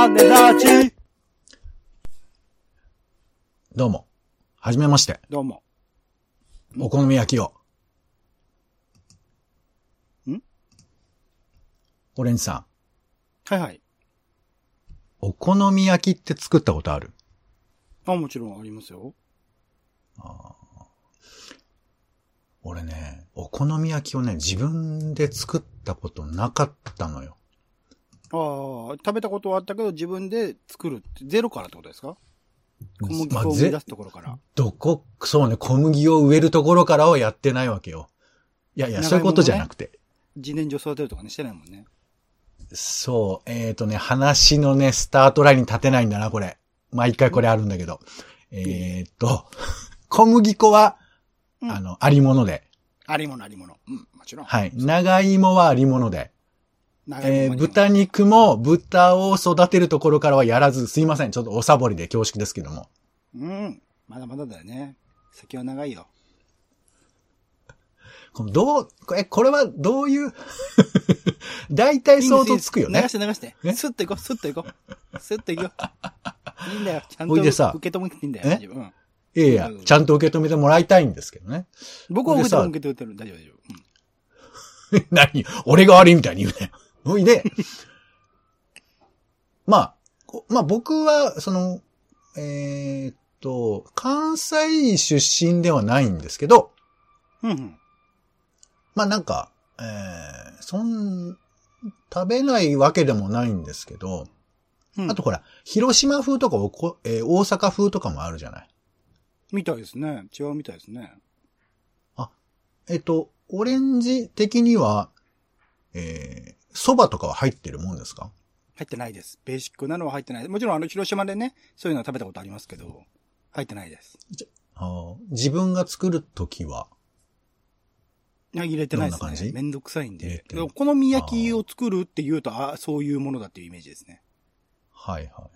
種立ち。 どうも。はじめまして。 どうも。 お好み焼きを。オレンジさん。 はいはい。 お好み焼きって作ったことある？ もちろんありますよ。 俺ね、お好み焼きをね、自分で作ったことなかったのよ。 食べたことはあったけど自分で作るって、ゼロからってことですか？小麦粉を生み出すところから。 そうね、小麦を植えるところからはやってないわけよ。いや、そういうことじゃなくて。 自然薯育てるとかね、してないもんね。 そう、話のね、スタートラインに立てないんだな、これ。毎回これあるんだけど。小麦粉は、ありもので。 ありもの。うん、もちろん。 はい。長芋はありもので。豚肉も豚を育てるところからはやらず、すいません。ちょっとおサボりで恐縮ですけども。 まだまだだよね。先は長いよ。 これはどういう大体想像つくよね。 流して。スッといこう。スッといくよ。いいんだよ。ちゃんと受け止めていいんだよ。大丈夫。 いや、ちゃんと受け止めてもらいたいんですけどね。 僕は受け止めてる。大丈夫。 何俺が悪いみたいに言うね。おいで。まあ僕は、関西出身ではないんですけど、まあなんか、食べないわけでもないんですけど、あとほら、広島風とか大阪風とかもあるじゃない。 みたいですね。違うみたいですね。 オレンジ的には、蕎麦とかは入ってるもんですか？ 入ってないです。ベーシックなのは入ってない。もちろん広島でね、そういうのは食べたことありますけど、入ってないです。 自分が作るときは入れてないですね。めんどくさいんで。お好み焼きを作るって言うと、そういうものだっていうイメージですね。 はいはい。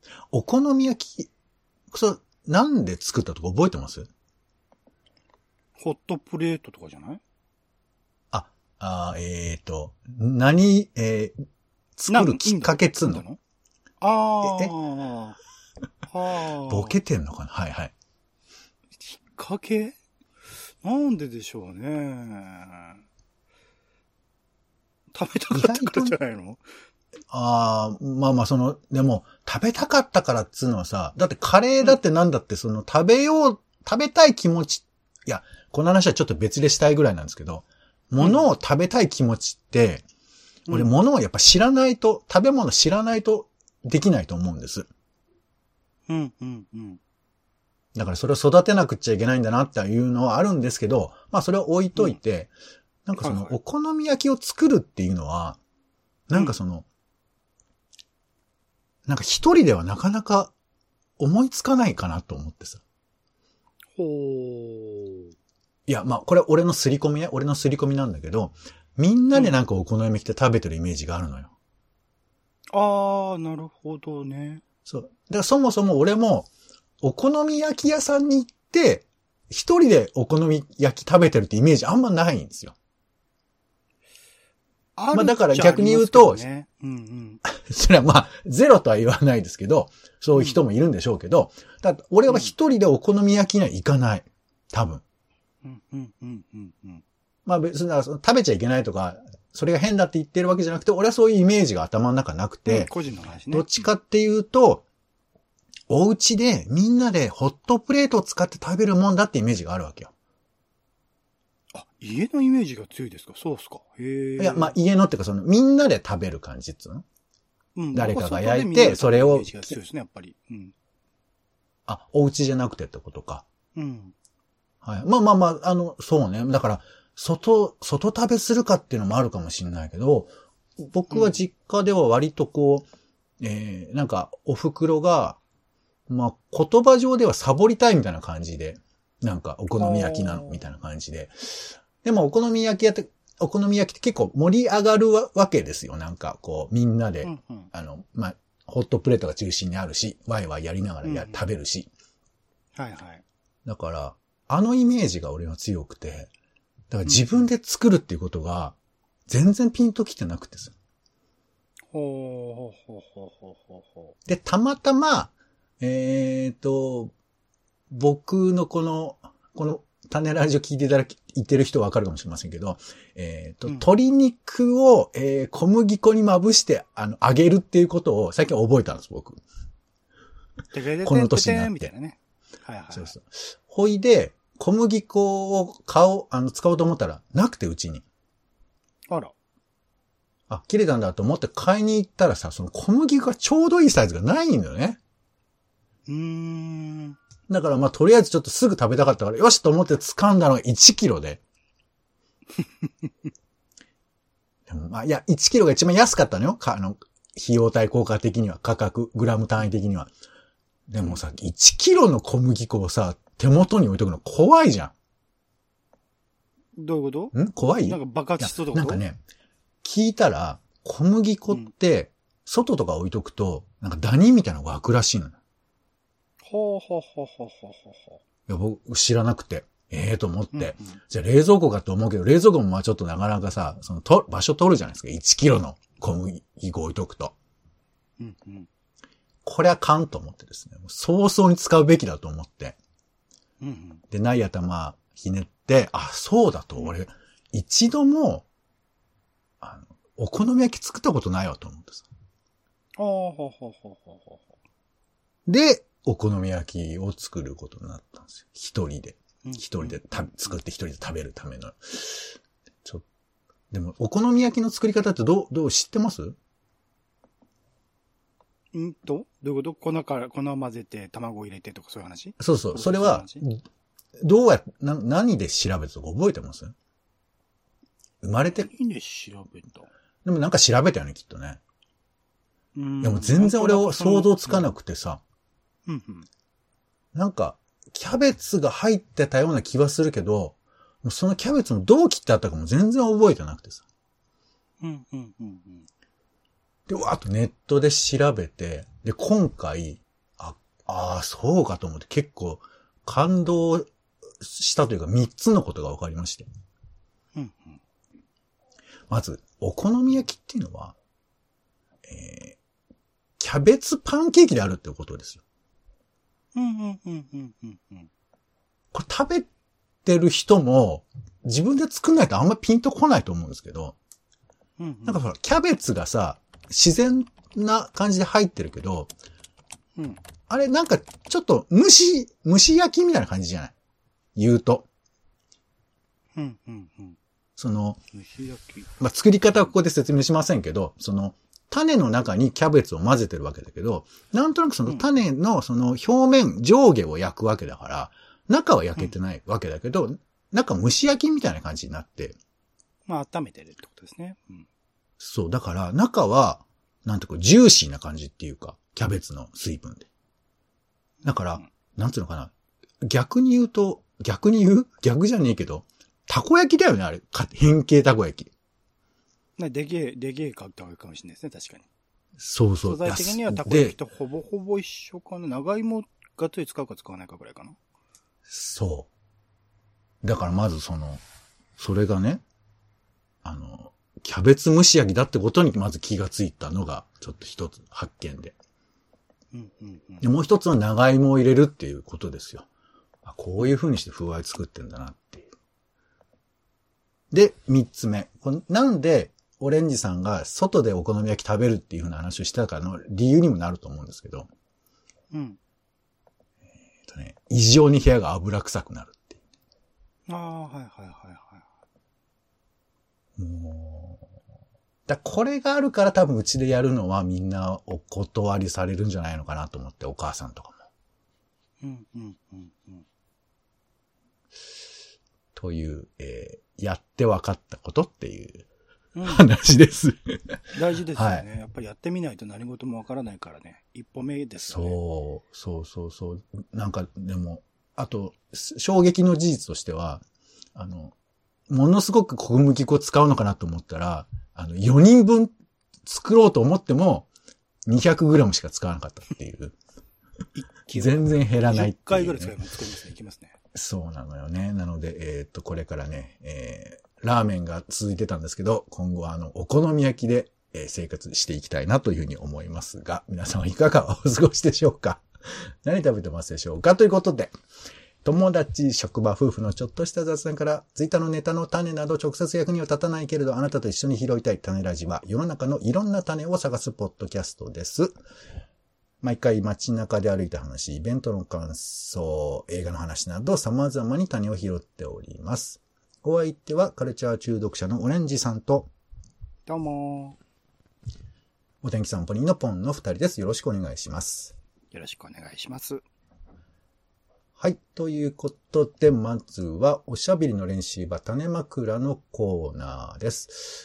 お好み焼き、なんで作ったとか覚えてます？ ホットプレートとかじゃない？ 作るきっかけっつうの？ボケてんのかな？はいはい。 きっかけ？なんででしょうね。食べたかったからじゃないの？ でも、食べたかったからっつうのはさ、だってカレーだってなんだって食べたい気持ち、いや、この話はちょっと別でしたいぐらいなんですけど、物を食べたい気持ちって、俺物をやっぱ食べ物知らないとできないと思うんです。だからそれを育てなくっちゃいけないんだなっていうのはあるんですけど、まあそれは置いといて、なんかお好み焼きを作るっていうのは、なんかなんか一人ではなかなか思いつかないかなと思ってさ。いや、まあこれ俺の刷り込みなんだけど、みんなでなんかお好み焼きって食べてるイメージがあるのよ。 なるほどね。 そう。だからそもそも俺も、お好み焼き屋さんに行って、一人でお好み焼き食べてるってイメージあんまないんですよ。まあだから逆に言うと、それはまあゼロとは言わないですけど、そういう人もいるんでしょうけど、俺は一人でお好み焼きには行かない。多分。まあ別に食べちゃいけないとか、それが変だって言ってるわけじゃなくて、俺はそういうイメージが頭の中なくて、 個人の話ね。 どっちかっていうと、お家でみんなでホットプレートを使って食べるもんだってイメージがあるわけよ。 家のイメージが強いですか？そうっすか。 いや、まあ家のっていうかみんなで食べる感じっつうの？誰かが焼いて、それを。 強いですね、やっぱり。 お家じゃなくてってことか。はい。まあ、そうね。だから、外食べするかっていうのもあるかもしれないけど、僕は実家では割となんか、お袋が、まあ、言葉上ではサボりたいみたいな感じで、なんか、お好み焼きなのみたいな感じで。でも、お好み焼きって結構盛り上がるわけですよ。なんか、みんなで、まあ、ホットプレートが中心にあるし、ワイワイやりながら食べるし。だから、あのイメージが俺は強くて、だから自分で作るっていうことが、全然ピンときてなくてさ。 ほうほうほうほうほうほで、たまたま、僕のこの種ラジオ聞いていてる人はわかるかもしれませんけど、鶏肉を、小麦粉にまぶして、揚げるっていうことを最近覚えたんです、僕。この年になって。みたいなね。はいはい。そうそう。ほいで、小麦粉を使おうと思ったら、なくて、うちに。 あら。 あ、切れたんだと思って買いに行ったらさ、その小麦粉がちょうどいいサイズがないんだよね。だからまあとりあえずちょっとすぐ食べたかったから、よしと思って掴んだのが1キロで。でもまあ、いや、1キロが一番安かったのよ。費用対効果的には、価格、グラム単位的には。でもさ、1キロの小麦粉をさ、手元に置いとくの怖いじゃん。どういうこと？ 怖い？ なんか爆発しそうだ。 なんかね、聞いたら、小麦粉って、外とか置いとくと、なんかダニみたいなのが湧くらしいの。 ほうほうほうほうほうほう。いや、僕知らなくて、と思って、じゃあ冷蔵庫かと思うけど、冷蔵庫もまあちょっとなかなかさ、場所取るじゃないですか。1キロの小麦粉置いとくと。これは勘と思ってですね、早々に使うべきだと思って。で、ない頭ひねって、あ、そうだと、俺、一度も、お好み焼き作ったことないわと思ってさ。で、お好み焼きを作ることになったんですよ。一人で作って一人で食べるための。でも、お好み焼きの作り方ってどう知ってます？ どういうこと？粉混ぜて、卵入れてとかそういう話？ そうそう。それは、何で調べたとか覚えてます？生まれて。 何で調べた？ でもなんか調べたよね、きっとね。でも全然俺は想像つかなくてさ。なんか、キャベツが入ってたような気はするけど、もうそのキャベツもどう切ってあったかも全然覚えてなくてさ。で、あとネットで調べて、で、今回、そうかと思って結構感動したというか3つのことが分かりまして。まず、お好み焼きっていうのは、キャベツパンケーキであるってことですよ。これ食べてる人も自分で作んないとあんまピンとこないと思うんですけど、なんかほら、キャベツがさ、自然な感じで入ってるけど、あれなんかちょっと蒸し焼きみたいな感じじゃない？言うと。蒸し焼き。まあ、作り方はここで説明しませんけど、種の中にキャベツを混ぜてるわけだけど、なんとなくその種の表面、上下を焼くわけだから、中は焼けてないわけだけど、中蒸し焼きみたいな感じになって。 まあ、温めてるってことですね。 そう、だから中は、なんていうか、ジューシーな感じっていうか、キャベツの水分で。だから、なんていうのかな。逆に言う逆じゃねえけど、たこ焼きだよね、あれ。変形たこ焼き。 でけえ買った方がいいかもしれないですね、確かに。 そうそう。 素材的にはたこ焼きとほぼほぼ一緒かな。長芋がっつり使うか使わないかくらいかな。 そう。だからまずそれがね、キャベツ蒸し焼きだってことにまず気がついたのが、ちょっと一つ発見で。でもう一つは長芋を入れるっていうことですよ。こういう風にして風合い作ってんだなっていう。で、三つ目。なんで、オレンジさんが外でお好み焼き食べるっていう風な話をしたかの理由にもなると思うんですけど。異常に部屋が油臭くなるっていう。もう、これがあるから多分うちでやるのはみんなお断りされるんじゃないのかなと思って、お母さんとかも。という、やって分かったことっていう話です。 大事ですよね、やっぱりやってみないと何事も分からないからね。一歩目ですよね。そう。 なんかでも、あと、衝撃の事実としては、ものすごく小麦粉を使うのかなと思ったら、4人分作ろうと思っても、200g しか使わなかったっていう。全然減らないっていう、ね。10 回ぐらい作りますね。いきますね。 そうなのよね。なので、これからね、ラーメンが続いてたんですけど、今後はお好み焼きで、 生活していきたいなというふうに思いますが、皆さんはいかがお過ごしでしょうか？何食べてますでしょうか？ということで、友達、職場、夫婦のちょっとした雑談から、ツイッターのネタの種など直接役には立たないけれど、あなたと一緒に拾いたい種ラジは、世の中のいろんな種を探すポッドキャストです。毎回街中で歩いた話、イベントの感想、映画の話など様々に種を拾っております。お相手はカルチャー中毒者のオレンジさんと、 どうも。 お天気散歩人のポンの二人です。よろしくお願いします。 よろしくお願いします。 はい。ということで、まずはおしゃべりの練習場種枕のコーナーです。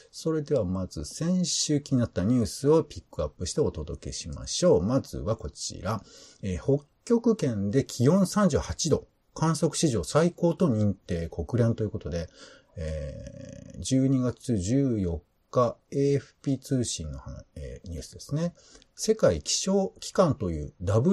それではまず先週気になったニュースをピックアップしてお届けしましょう。まずはこちら。北極圏で気温38度。観測史上最高と認定国連ということで、12月14日 AFP 通信のニュースですね。世界気象機関という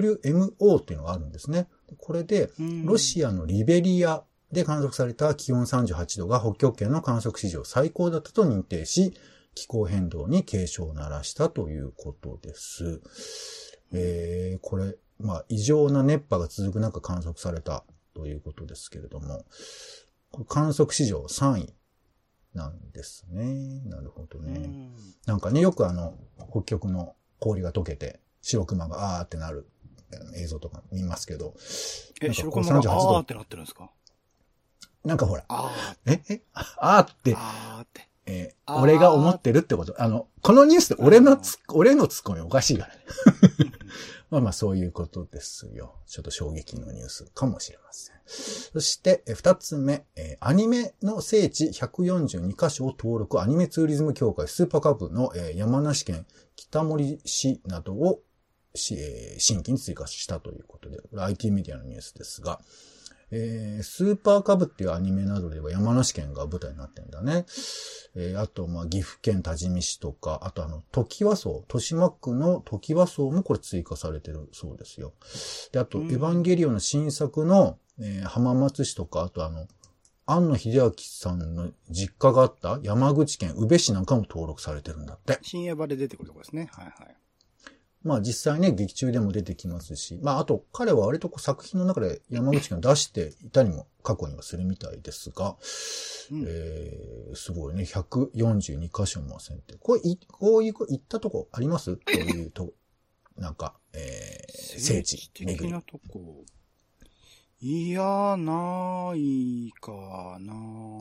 WMO っていうのがあるんですね。これで、ロシアのリベリアで観測された気温38度が北極圏の観測史上最高だったと認定し、気候変動に警鐘を鳴らしたということです。これ、異常な熱波が続く中観測されたということですけれども、観測史上3位なんですね。なるほどね。なんかね、よく北極の氷が溶けて白熊があーってなる映像とか見ますけど。 白熊があーってなってるんですか？ なんかほら。 あーって。 あーって。 俺が思ってるってこと。このニュースで俺のツッコミおかしいからね。そういうことですよ。ちょっと衝撃のニュースかもしれません。そして、二つ目、アニメの聖地142カ所を登録、アニメツーリズム協会スーパーカブの、山梨県北森市などを、新規に追加したということで、IT メディアのニュースですが、スーパーカブっていうアニメなどでは山梨県が舞台になってるんだね。あと、岐阜県多治見市とか、あとトキワ荘、豊島区のトキワ荘もこれ追加されてるそうですよ。で、あと、エヴァンゲリオンの新作の、浜松市とか、あと庵野秀明さんの実家があった山口県宇部市なんかも登録されてるんだって。 新エヴァで出てくるとこですね。はいはい。 実際ね、劇中でも出てきますし、あと彼は割と作品の中で山口県を出していたりも過去にはするみたいですが、すごいね、142カ所も選定。こういう行ったとこあります？というと、なんか、聖地的なとこ。いや、ないかな。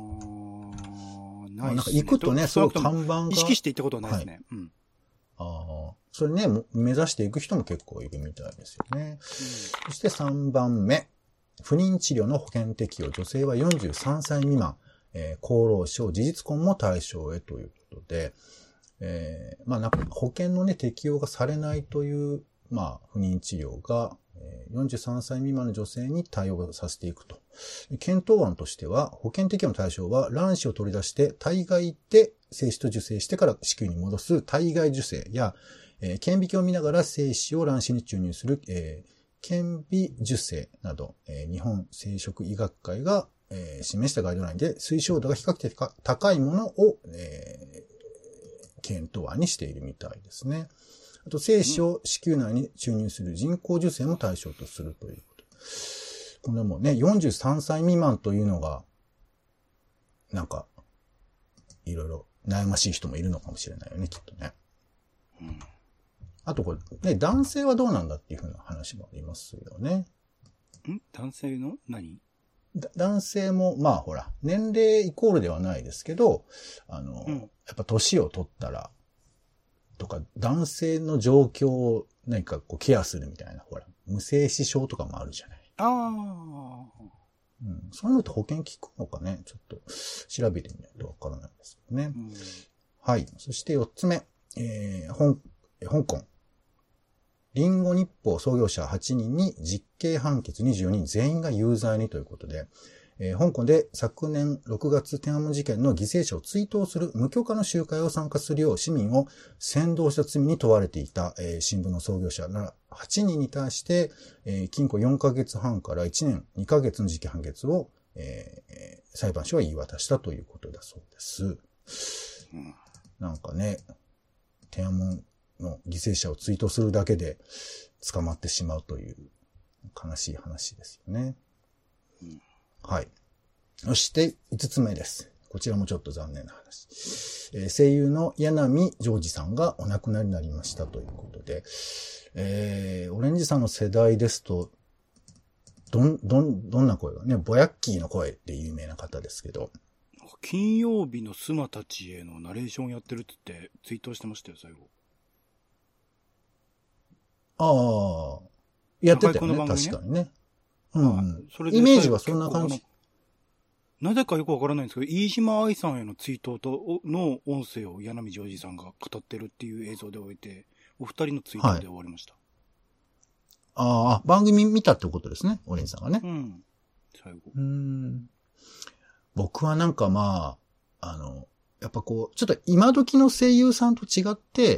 ないですね。 なんか行くとね、すごい看板が。 意識して行ったことはないですね。 はい、それね、目指していく人も結構いるみたいですよね。そして3番目。不妊治療の保険適用。女性は43歳未満。厚労省事実婚も対象へということで、なんか保険のね、適用がされないという、不妊治療が、43歳未満の女性に対応させていくと。検討案としては、保険適用の対象は卵子を取り出して、体外で精子と受精してから子宮に戻す体外受精や、顕微鏡を見ながら精子を卵子に注入する、顕微受精など、日本生殖医学会が、示したガイドラインで推奨度が比較的高いものを、検討案にしているみたいですね。あと、精子を子宮内に注入する人工授精も対象とするということ。これもね、43歳未満というのが、なんか、いろいろ悩ましい人もいるのかもしれないよね、きっとね。あとこれ、ね、男性はどうなんだっていうふうな話もありますよね。 男性の何？ 男性も、ほら、年齢イコールではないですけど、やっぱ年を取ったら、とか、男性の状況を何かケアするみたいな、ほら、無精子症とかもあるじゃない。そういうのって保険効くのかね、ちょっと調べてみないとわからないですけどね。はい。そして4つ目、香港。リンゴ日報創業者8人に実刑判決24人全員が有罪にということで、香港で昨年6月天安門事件の犠牲者を追悼する無許可の集会を参加するよう市民を扇動した罪に問われていた、新聞の創業者ら8人に対して、禁錮4ヶ月半から1年2ヶ月の実刑判決を、裁判所は言い渡したということだそうです。なんかね、 天安門の犠牲者を追悼するだけで捕まってしまうという悲しい話ですよね。 うん、 はい。そして5つ目です。こちらもちょっと残念な話。声優の柳ジョージさんがお亡くなりになりましたということで、オレンジさんの世代ですと、どんな声がね、ボヤッキーの声って有名な方ですけど。 金曜日のスマたちへのナレーションやってるって言ってツイートしてましたよ、最後。 ああ、やってたよね、確かにね。うん。それでイメージはそんな感じ。 なぜかよくわからないんですけど、飯島愛さんへのツイートの音声を柳ジョージさんが語ってるっていう映像で終えて、お二人のツイートで終わりました。 はい、ああ、番組見たってことですね、オレンジさんがね。 うん。最後。 僕はなんかまあ、やっぱこう、ちょっと今時の声優さんと違って、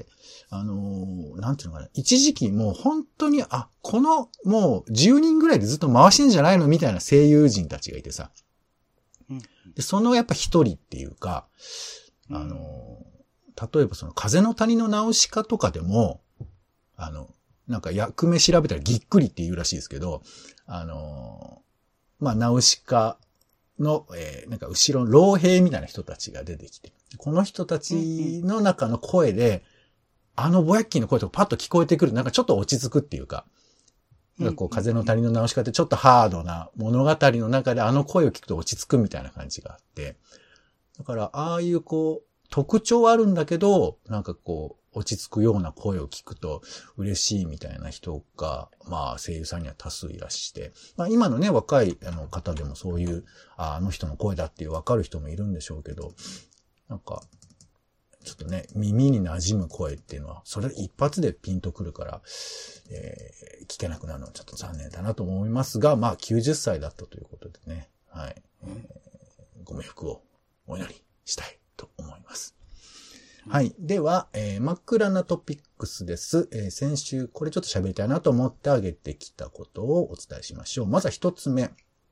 なんていうのかな、一時期もう本当に、このもう10人ぐらいでずっと回してんじゃないのみたいな声優陣たちがいてさ。で、そのやっぱ一人っていうか、例えばその風の谷のナウシカとかでも、なんか役名調べたらぎっくりって言うらしいですけど、まあ、ナウシカの、なんか後ろの老兵みたいな人たちが出てきて、この人たちの中の声で、ボヤッキーの声とかパッと聞こえてくる、なんかちょっと落ち着くっていうか、なんかこう、風の谷のナウシカってちょっとハードな物語の中で声を聞くと落ち着くみたいな感じがあって、だから、ああいうこう、特徴はあるんだけど、なんかこう、落ち着くような声を聞くと嬉しいみたいな人が、まあ声優さんには多数いらして、まあ今のね、若い方でもそういう、あの人の声だっていう分かる人もいるんでしょうけど、なんか、ちょっとね、耳に馴染む声っていうのは、それ一発でピンとくるから、聞けなくなるのはちょっと残念だなと思いますが、まあ90歳だったということでね、はい。ご冥福をお祈りしたいと思います。はい。では、真っ暗なトピックスです。先週、これちょっと喋りたいなと思ってあげてきたことをお伝えしましょう。まずは一つ目。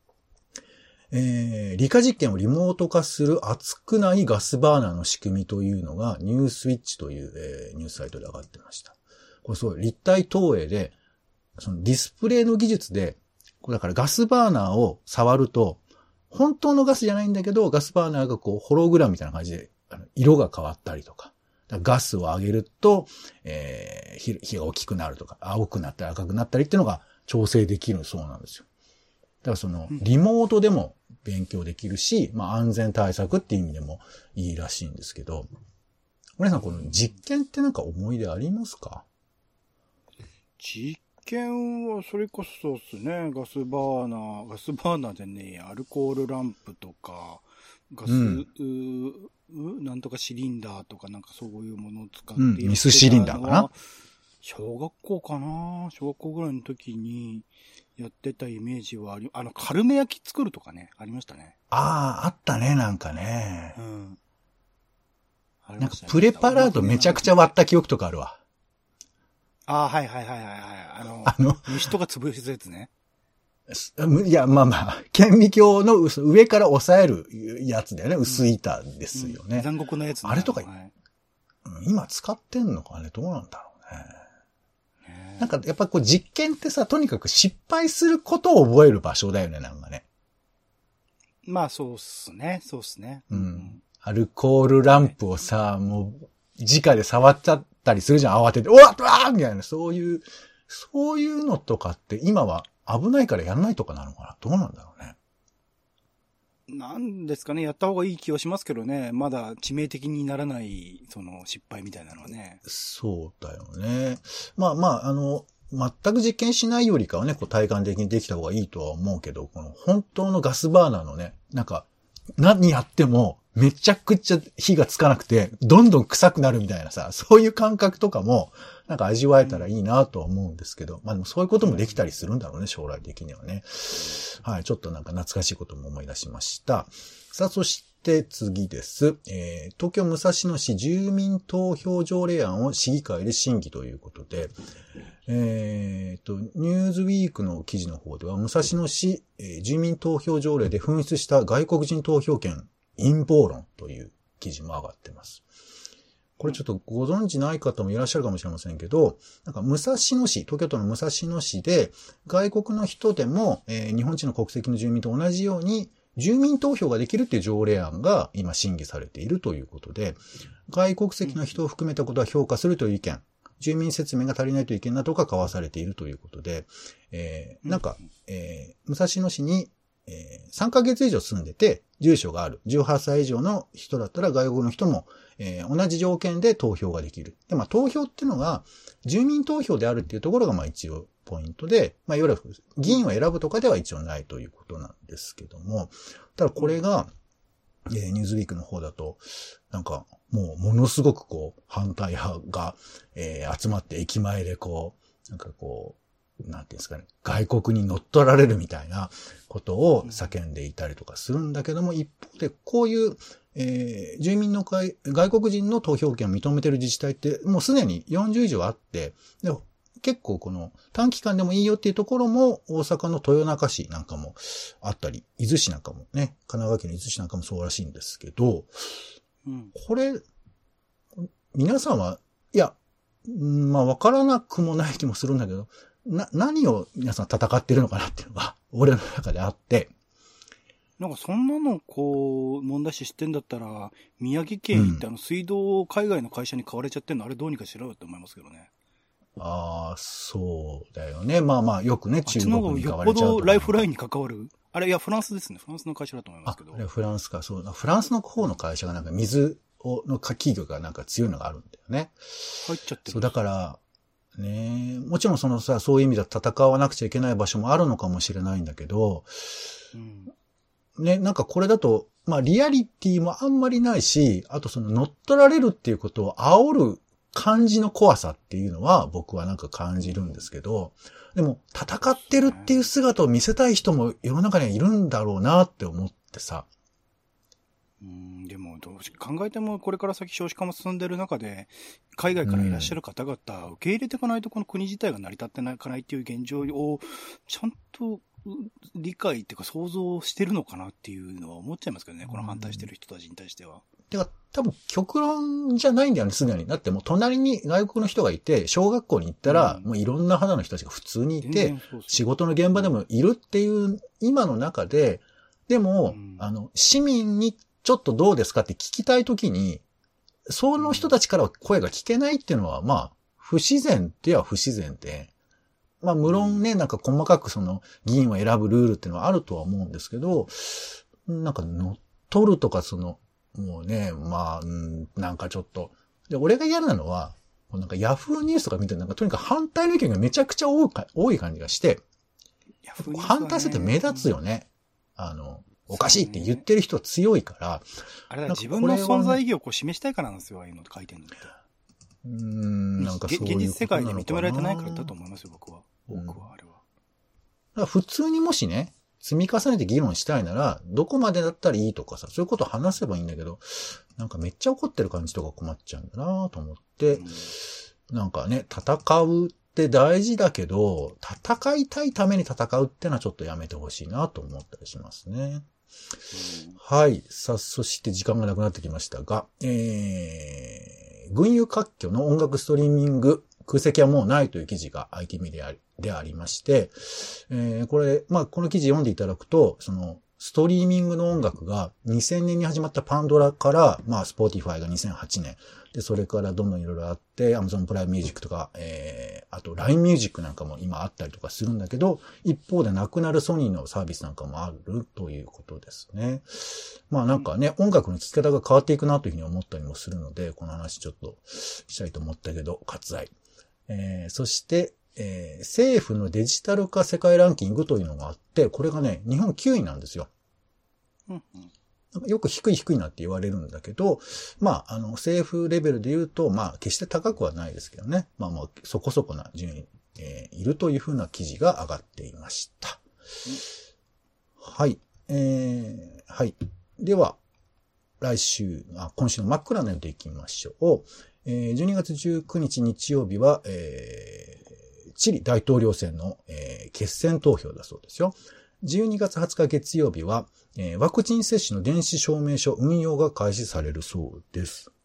理科実験をリモート化する熱くないガスバーナーの仕組みというのが、ニュースウィッチという、ニュースサイトで上がってました。これすごい立体投影で、そのディスプレイの技術で、これだからガスバーナーを触ると、本当のガスじゃないんだけど、ガスバーナーがこう、ホログラムみたいな感じで、色が変わったりとか、ガスを上げると、火が大きくなるとか、青くなったり赤くなったりっていうのが調整できるそうなんですよ。だからその、リモートでも勉強できるし、まあ安全対策っていう意味でもいいらしいんですけど、皆さんこの実験ってなんか思い出ありますか？ 実験はそれこそですね、ガスバーナーでね、アルコールランプとか、ガス、なんとかシリンダーとかなんかそういうものを使って、 ミスシリンダーかな？ 小学校かな？小学校ぐらいの時にやってたイメージはカルメ焼き作るとかね、ありましたね。 あったね、なんかね。 ね、 なんかプレパラートめちゃくちゃ割った記憶とかあるわ。 はい。虫とか潰すやつね。 いや、まあ、顕微鏡の上から押さえるやつだよね。薄い板ですよね。 残酷なやつね。 あれとか、今使ってんのかね、どうなんだろうね。なんか、やっぱこう実験ってさ、とにかく失敗することを覚える場所だよね、なんかね。 まあ、そうっすね。 アルコールランプをさ、もう、直で触っちゃったりするじゃん、慌てて。うわっみたいな、そういうのとかって今は危ないからやんないとかなのかな？どうなんだろうね。 なんですかね、やった方がいい気はしますけどね。まだ致命的にならない、失敗みたいなのはね。 そうだよね。まあ、全く実験しないよりかはね、こう体感的にできた方がいいとは思うけど、この本当のガスバーナーのね、なんか、何やってもめちゃくちゃ火がつかなくて、どんどん臭くなるみたいなさ、そういう感覚とかも、なんか味わえたらいいなとは思うんですけど、まあでもそういうこともできたりするんだろうね、将来的にはね。はい、ちょっとなんか懐かしいことも思い出しました。さあ、そして次です。東京武蔵野市住民投票条例案を市議会で審議ということで、ニューズウィークの記事の方では、武蔵野市、住民投票条例で紛失した外国人投票権陰謀論という記事も上がっています。 これちょっとご存知ない方もいらっしゃるかもしれませんけど、なんか武蔵野市、東京都の武蔵野市で、外国の人でも、日本人の国籍の住民と同じように、住民投票ができるっていう条例案が今審議されているということで、外国籍の人を含めたことは評価するという意見、住民説明が足りないという意見などが交わされているということで、なんか、武蔵野市に、3ヶ月以上住んでて、住所がある。18歳以上の人だったら外国の人も、同じ条件で投票ができる。で、投票っていうのが、住民投票であるっていうところが、一応ポイントで、いわゆる議員を選ぶとかでは一応ないということなんですけども、ただこれが、ニューズウィークの方だと、なんか、ものすごく反対派が、集まって駅前でなんていうんですかね、外国に乗っ取られるみたいなことを叫んでいたりとかするんだけども、一方でこういう、住民の外国人の投票権を認めている自治体ってもうすでに40以上あって、で結構この短期間でもいいよっていうところも大阪の豊中市なんかもあったり、伊豆市なんかもね、神奈川県の伊豆市なんかもそうらしいんですけど、これ、皆さんは、いや、わからなくもない気もするんだけど、何を皆さん戦ってるのかなっていうのが、俺の中であって。 なんかそんなの問題視してんだったら、宮城県行って水道を海外の会社に買われちゃってんの、あれどうにかしろよって思いますけどね。 ああ、そうだよね。よくね、中国に買われちゃうとか。 よっぽどライフラインに関わる。あれ、いや、フランスですね。フランスの会社だと思いますけど。 あれフランスか、そうだ。フランスの方の会社がなんか水の企業がなんか強いのがあるんだよね。 入っちゃってる。 そう、だから、ね、もちろんそういう意味では戦わなくちゃいけない場所もあるのかもしれないんだけど、ね、なんかこれだと、リアリティもあんまりないし、あと乗っ取られるっていうことを煽る感じの怖さっていうのは僕はなんか感じるんですけど、でも戦ってるっていう姿を見せたい人も世の中にはいるんだろうなって思ってさ。 でもどう考えてもこれから先少子化も進んでる中で、海外からいらっしゃる方々、受け入れていかないとこの国自体が成り立っていかないっていう現状をちゃんと理解っていうか想像してるのかなっていうのは思っちゃいますけどね、この反対してる人たちに対しては。 てか多分極論じゃないんだよね、すでに。だってもう隣に外国の人がいて、小学校に行ったら、もういろんな肌の人たちが普通にいて、仕事の現場でもいるっていう今の中で、でも、市民にちょっとどうですかって聞きたいときに、その人たちからは声が聞けないっていうのは、不自然では不自然で、無論ね、なんか細かく議員を選ぶルールっていうのはあるとは思うんですけど、なんか乗っ取るとかもうね、なんかちょっと。で、俺が嫌なのは、なんかヤフーニュースとか見てなんかとにかく反対の意見がめちゃくちゃ多い感じがして、反対するって目立つよね。おかしいって言ってる人は強いから。 あれだ、自分の存在意義を示したいからなんですよ、ああいうのって書いてるのって。 なんかそういうことなのかな。 現実世界で認められてないからだと思いますよ、僕はあれは。だから普通にもしね、積み重ねて議論したいなら、どこまでだったらいいとかさ、そういうことを話せばいいんだけど、なんかめっちゃ怒ってる感じとか困っちゃうんだなと思って、なんかね、戦うって大事だけど、戦いたいために戦うってのはちょっとやめてほしいなと思ったりしますね。はい。さあ、そして時間がなくなってきましたが、群雄割拠の音楽ストリーミング、空席はもうないという記事が IT メディアでありまして、これ、この記事読んでいただくと、ストリーミングの音楽が2000年に始まったパンドラから、Spotify が2008年。で、それからどんどんいろいろあって、Amazon プライムミュージックとか、あと LINE ミュージックなんかも今あったりとかするんだけど、一方でなくなるソニーのサービスなんかもあるということですね。なんかね、音楽の付け方が変わっていくなというふうに思ったりもするので、この話ちょっとしたいと思ったけど、割愛。そして、政府のデジタル化世界ランキングというのがあって、これがね、日本9位なんですよ。よく低いなって言われるんだけど、政府レベルで言うと、決して高くはないですけどね。そこそこな順位、いるというふうな記事が上がっていました。はい。はい。では、今週の真っ暗な予定いきましょう。12月19日日曜日は、チリ大統領選の、決選投票だそうですよ。12月20日月曜日は、ワクチン接種の電子証明書運用が開始されるそうです。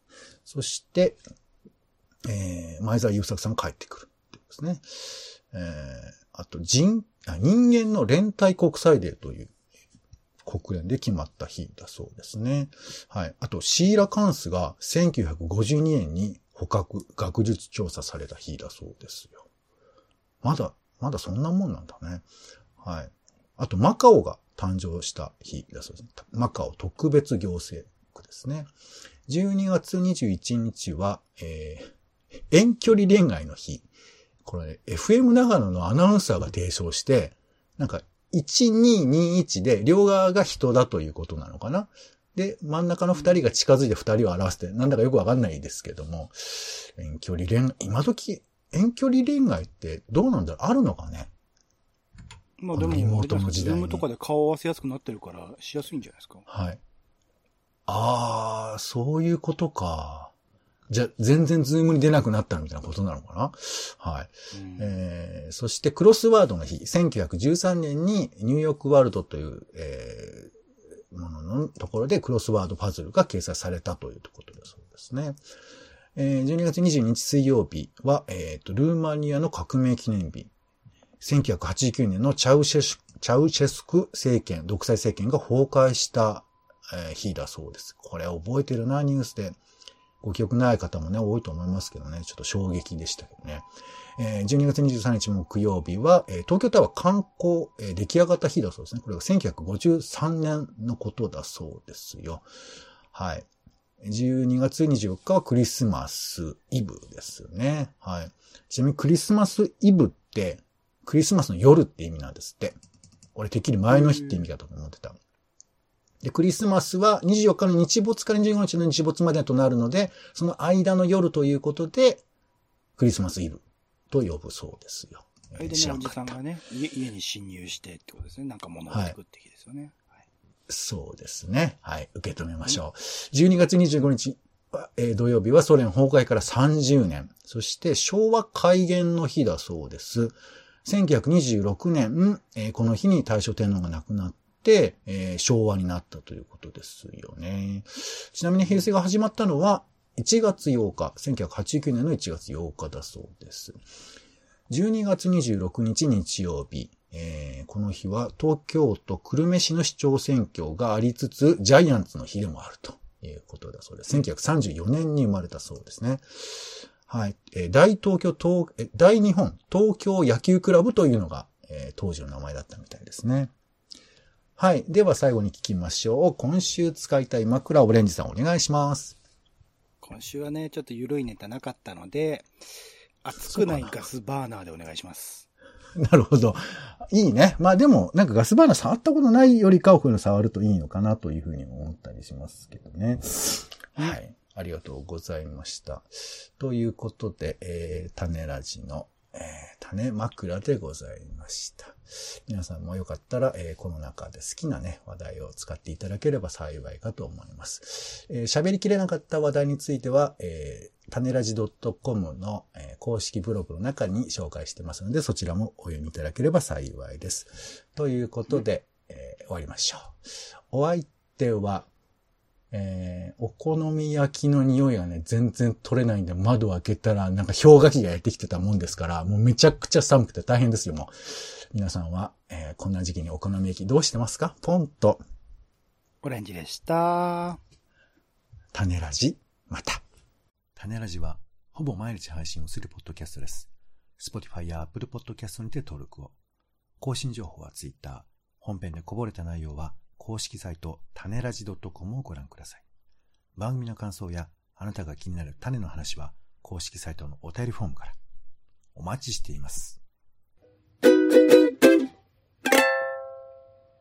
そして、前澤友作さんが帰ってくるっていうですね。あと人間の連帯国際デーという国連で決まった日だそうですね。はい。あと、シーラカンスが1952年に捕獲、学術調査された日だそうですよ。まだそんなもんなんだね。はい。あと、マカオが誕生した日だそうです。マカオ特別行政区ですね。12月21日は、遠距離恋愛の日。これ、FM 長野のアナウンサーが提唱して、なんか、1221で両側が人だということなのかな。で、真ん中の二人が近づいて二人を表して、なんだかよくわかんないですけども、遠距離恋愛、今時、遠距離恋愛ってどうなんだろう、あるのかね。 まあでも、リモートの時代にズームとかで顔を合わせやすくなってるから、しやすいんじゃないですか。 はい。ああ、そういうことか。じゃ、全然ズームに出なくなったみたいなことなのかな。はい。そしてクロスワードの日、1913年にニューヨークワールドという、もののところでクロスワードパズルが掲載されたということだそうですね。12月22日水曜日は、ルーマニアの革命記念日。1989年のチャウシェスク政権、独裁政権が崩壊した、日だそうです。これ覚えてるな、ニュースで。ご記憶ない方もね、多いと思いますけどね、ちょっと衝撃でしたけどね。12月23日木曜日は、東京タワー観光、出来上がった日だそうですね。これが1953年のことだそうですよ。はい。12月24日はクリスマスイブですね。はい。ちなみにクリスマスイブって、クリスマスの夜って意味なんですって。俺てっきり前の日って意味だと思ってた。で、クリスマスは24日の日没から25日の日没までとなるので、その間の夜ということで、クリスマスイブと呼ぶそうですよ。 間におじさんがね、家に侵入してってことですね。なんか物を作って日ですよね。 はい。そうですね。はい。受け止めましょう。12月25日は、土曜日はソ連崩壊から30年。そして昭和改元の日だそうです。1926年、この日に大正天皇が亡くなって、昭和になったということですよね。ちなみに平成が始まったのは1月8日、1989年の1月8日だそうです。12月26日日曜日、この日は東京都久留米市の市長選挙がありつつ、ジャイアンツの日でもあるということだそうです。1934年に生まれたそうですね。はい。大日本東京野球クラブというのが、当時の名前だったみたいですね。はい。では最後に聞きましょう。今週使いたい枕、オレンジさんお願いします。 今週はね、ちょっと緩いネタなかったので、熱くないガスバーナーでお願いします。 なるほど。いいね。まあでも、なんかガスバーナー触ったことないよりかはこういうの触るといいのかなというふうに思ったりしますけどね。はい。ありがとうございました。ということで、種ラジの、種枕でございました。皆さんもよかったら、この中で好きなね、話題を使っていただければ幸いかと思います。喋りきれなかった話題については、種ラジ .com の、公式ブログの中に紹介してますので、そちらもお読みいただければ幸いです。ということで、終わりましょう。お相手は、お好み焼きの匂いがね、全然取れないんで、窓を開けたら、なんか氷河期がやってきてたもんですから、もうめちゃくちゃ寒くて大変ですよ、もう。皆さんは、こんな時期にお好み焼きどうしてますか？ポンと。 オレンジでした。 種ラジ、また。 種ラジは、ほぼ毎日配信をするポッドキャストです。Spotify や Apple Podcast にて登録を。更新情報は Twitter。本編でこぼれた内容は、公式サイト、種ラジ .com をご覧ください。番組の感想や、あなたが気になる種の話は、公式サイトのお便りフォームから。お待ちしています。